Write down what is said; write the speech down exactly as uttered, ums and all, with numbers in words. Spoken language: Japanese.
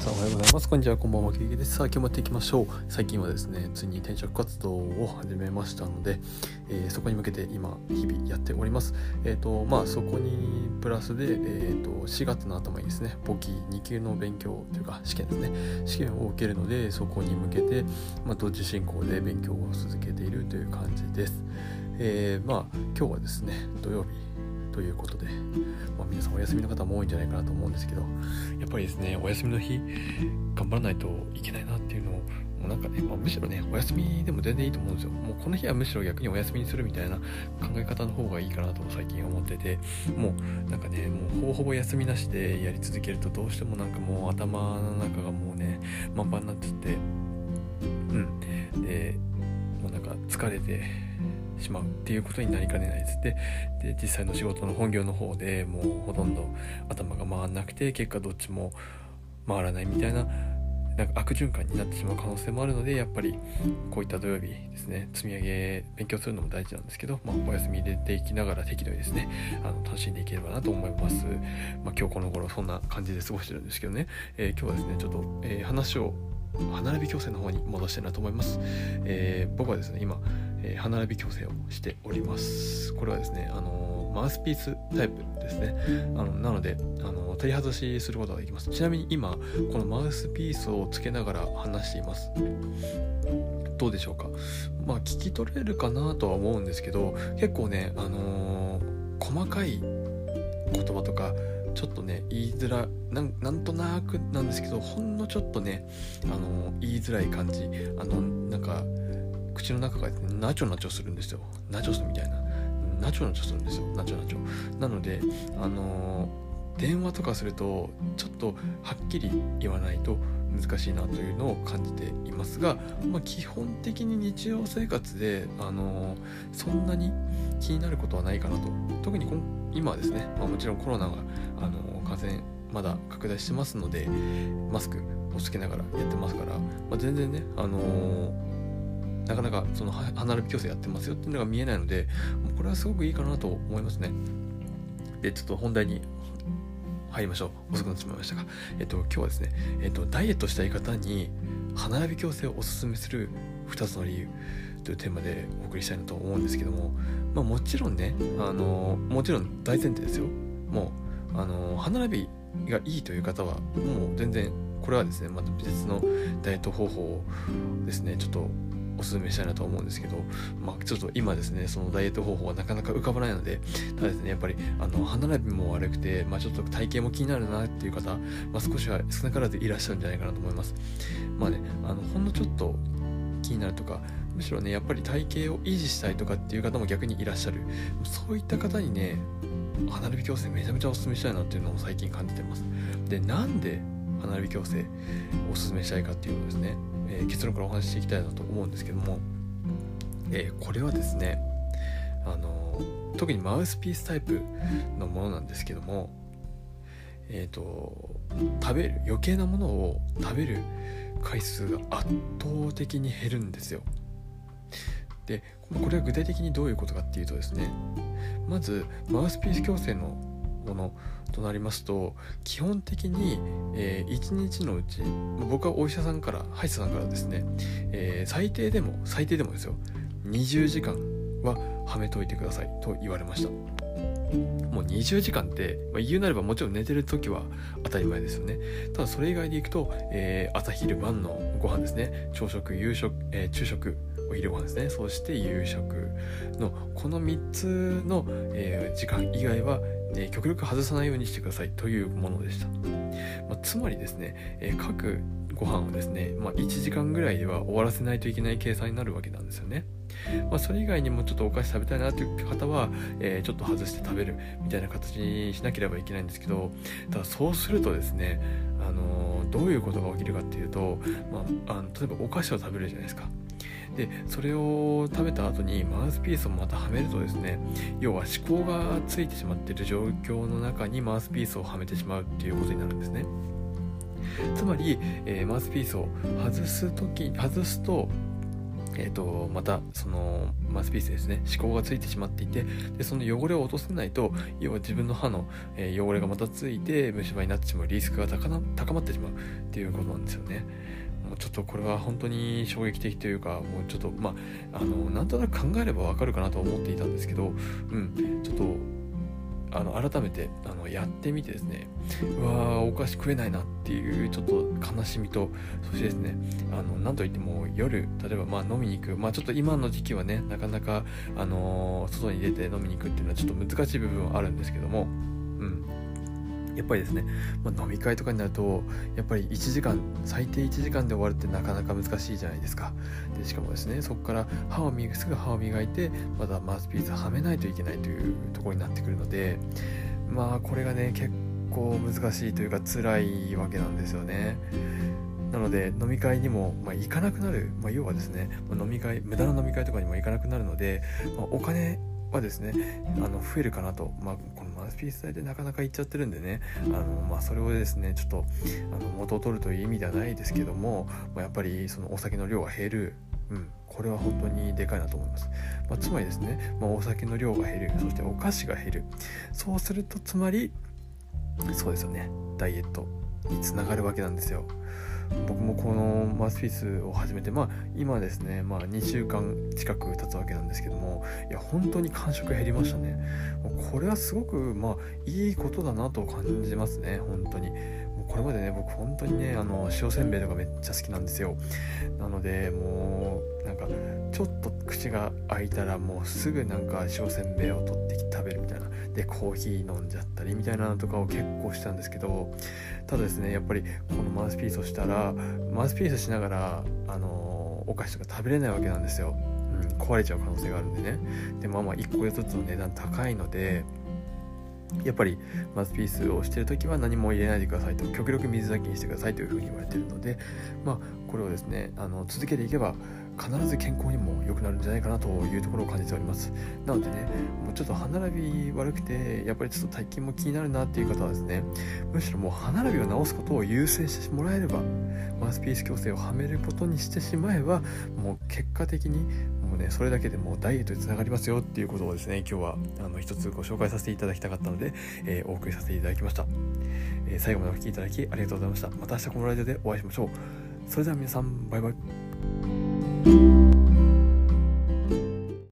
さんおはようございます。こんにちは、こんばんは、ケイケです。さあ、今日もやっていきましょう。最近はですね、ついに転職活動を始めましたので、えー、そこに向けて今、日々やっております。えっと、まあ、そこにプラスで、えっと、しがつの頭にですね、簿記に級の勉強というか、試験ですね、試験を受けるので、そこに向けて、まあ、同時進行で勉強を続けているという感じです。えー、まあ、今日はですね、土曜日ということで、まあ、皆さんお休みの方も多いんじゃないかなと思うんですけど、やっぱりですね、お休みの日頑張らないといけないなっていうのを、もうなんかね、まあ、むしろね、お休みでも全然いいと思うんですよ。もうこの日はむしろ逆にお休みにするみたいな考え方の方がいいかなと最近思ってて、もうなんかね、もうほぼほぼ休みなしでやり続けると、どうしてもなんかもう頭の中がもうね、満帆になってて、うんでもうなんか疲れてしまうっていうことになりかねないです。で、で実際の仕事の本業の方でもうほとんど頭が回らなくて、結果どっちも回らないみたいな、なんか悪循環になってしまう可能性もあるので、やっぱりこういった土曜日ですね、積み上げ勉強するのも大事なんですけど、まあ、お休み入れていきながら適度にですね、あの楽しんでいければなと思います。まあ、今日この頃そんな感じで過ごしてるんですけどね、えー、今日はですね、ちょっと、えー、話を歯並び矯正の方に戻したいなと思います。えー、僕はですね、今えー、歯並び矯正をしております。これはですね、あのー、マウスピースタイプですね。あのなので、あのー、取り外しすることができます。ちなみに今このマウスピースをつけながら話しています。どうでしょうか。まあ聞き取れるかなとは思うんですけど、結構ね、あのー、細かい言葉とかちょっとね言いづらな ん, なんとなくなんですけど、ほんのちょっとね、あのー、言いづらい感じ、あのなんか口の中が、ね、ナチョナチョするんですよ。ナチョスみたいなナチョナチョするんですよ。ナチョナチョなので、あのー、電話とかするとちょっとはっきり言わないと難しいなというのを感じていますが、まあ、基本的に日常生活で、あのー、そんなに気になることはないかなと。特に今はですね、まあ、もちろんコロナが、あのー、感染まだ拡大してますので、マスクをつけながらやってますから、まあ、全然ね、あのーなかなかその歯並び矯正やってますよっていうのが見えないので、もうこれはすごくいいかなと思いますね。で、ちょっと本題に入りましょう。遅くなってしまいましたが、えっと今日はですね、えっとダイエットしたい方に歯並び矯正をおすすめするふたつの理由というテーマでお送りしたいなと思うんですけども、まあもちろんね、あのもちろん大前提ですよ。もうあの歯並びがいいという方はもう全然これはですね、また別のダイエット方法をですね、ちょっとおすすめしたいなと思うんですけど、まあ、ちょっと今ですね、そのダイエット方法はなかなか浮かばないので、ただですね、やっぱりあの歯並びも悪くて、まあ、ちょっと体型も気になるなっていう方、まあ、少しは少なからずいらっしゃるんじゃないかなと思います。まあね、あのほんのちょっと気になるとか、むしろね、やっぱり体型を維持したいとかっていう方も逆にいらっしゃる。そういった方にね、歯並び矯正めちゃめちゃおすすめしたいなっていうのを最近感じてます。で、なんで歯並び矯正をおすすめしたいかっていうのをですね、えー、結論からお話ししていきたいなと思うんですけども、えー、これはですね、あのー、特にマウスピースタイプのものなんですけども、えーと、食べる余計なものを食べる回数が圧倒的に減るんですよ。で、これは具体的にどういうことかっていうとですね、まずマウスピース矯正のものとなりますと、基本的に、えー、いちにちのうち、僕はお医者さんから歯医者さんからですね、えー、最低でも最低でもですよ、にじゅうじかんははめといてくださいと言われました。もうにじゅうじかんって、まあ、言うなればもちろん寝てる時は当たり前ですよね。ただそれ以外でいくと、えー、朝昼晩のご飯ですね、朝食夕食、えー、昼食、お昼ご飯ですね、そして夕食のこのみっつの、えー、時間以外は、えー、極力外さないようにしてくださいというものでした。まあ、つまりですね、えー、各ご飯をですね、まあ、いちじかんぐらいでは終わらせないといけない計算になるわけなんですよね。まあ、それ以外にもちょっとお菓子食べたいなという方は、えー、ちょっと外して食べるみたいな形にしなければいけないんですけど、ただそうするとですね、あのー、どういうことが起きるかっていうと、まあ、あの例えばお菓子を食べるじゃないですか。で、それを食べた後にマウスピースをまたはめるとですね、要は歯垢がついてしまっている状況の中にマウスピースをはめてしまうっていうことになるんですね。つまり、えー、マウスピースを外すとき外すとえー、とまたそのマウスピースですね、歯垢がついてしまっていて、でその汚れを落とせないと、要は自分の歯の、えー、汚れがまたついて虫歯になってしまうリスクが高な高まってしまうっていうことなんですよね。もうちょっとこれは本当に衝撃的というか、もうちょっとまああのなんとなく考えればわかるかなと思っていたんですけど、うんちょっとあの改めてあのやってみてですね、うわーお菓子食えないなっていうちょっと悲しみと、そしてですね、あのなんといっても夜例えばまあ飲みに行く、まあちょっと今の時期はねなかなか、あのー、外に出て飲みに行くっていうのはちょっと難しい部分はあるんですけども、うんやっぱりですね、まあ、飲み会とかになるとやっぱりいちじかん最低いちじかんで終わるってなかなか難しいじゃないですか。でしかもですね、そこから歯を磨くすぐ歯を磨いてまたマウスピースはめないといけないというところになってくるので、まあこれがね結構難しいというか辛いわけなんですよね。なので飲み会にも、まあ、行かなくなる、まあ、要はですね、まあ、飲み会無駄な飲み会とかにも行かなくなるので、まあ、お金はですねあの増えるかなと、まあ、このマウスピース代でなかなか行っちゃってるんでね、あの、まあ、それをですねちょっとあの元を取るという意味ではないですけども、まあ、やっぱりそのお酒の量が減る、うん、これは本当にでかいなと思います。まあ、つまりですね、まあ、お酒の量が減る、そしてお菓子が減る、そうするとつまりそうですよね、ダイエットにつながるわけなんですよ。僕もこのマウスピースを始めて、まあ今ですね、まあにしゅうかん近く経つわけなんですけども、いや本当に間食減りましたね。これはすごくまあいいことだなと感じますね、本当に。もうこれまでね僕本当にねあの塩せんべいとかめっちゃ好きなんですよ。なのでもうなんかちょっと口が開いたらもうすぐなんか塩せんべいを取ってきて食べるみたいな、でコーヒー飲んじゃったりみたいなのとかを結構したんですけど、ただですねやっぱりこのマウスピースをしたらマウスピースしながらあのお菓子とか食べれないわけなんですよ、うん、壊れちゃう可能性があるんでね。でまあまあいっこずつの値段高いので、やっぱりマウスピースをしているときは何も入れないでくださいと、極力水だけにしてくださいというふうに言われているので、まあこれをですねあの続けていけば必ず健康にも良くなるんじゃないかなというところを感じております。なのでね、もうちょっと歯並び悪くてやっぱりちょっと体筋も気になるなっていう方はですね、むしろもう歯並びを直すことを優先してもらえれば、マウスピース矯正をはめることにしてしまえば、もう結果的にもうねそれだけでもうダイエットにつながりますよっていうことをですね今日はあの一つご紹介させていただきたかったので、えー、お送りさせていただきました。えー、最後までお聞きいただきありがとうございました。また明日このラジオでお会いしましょう。それでは皆さんバイバイ。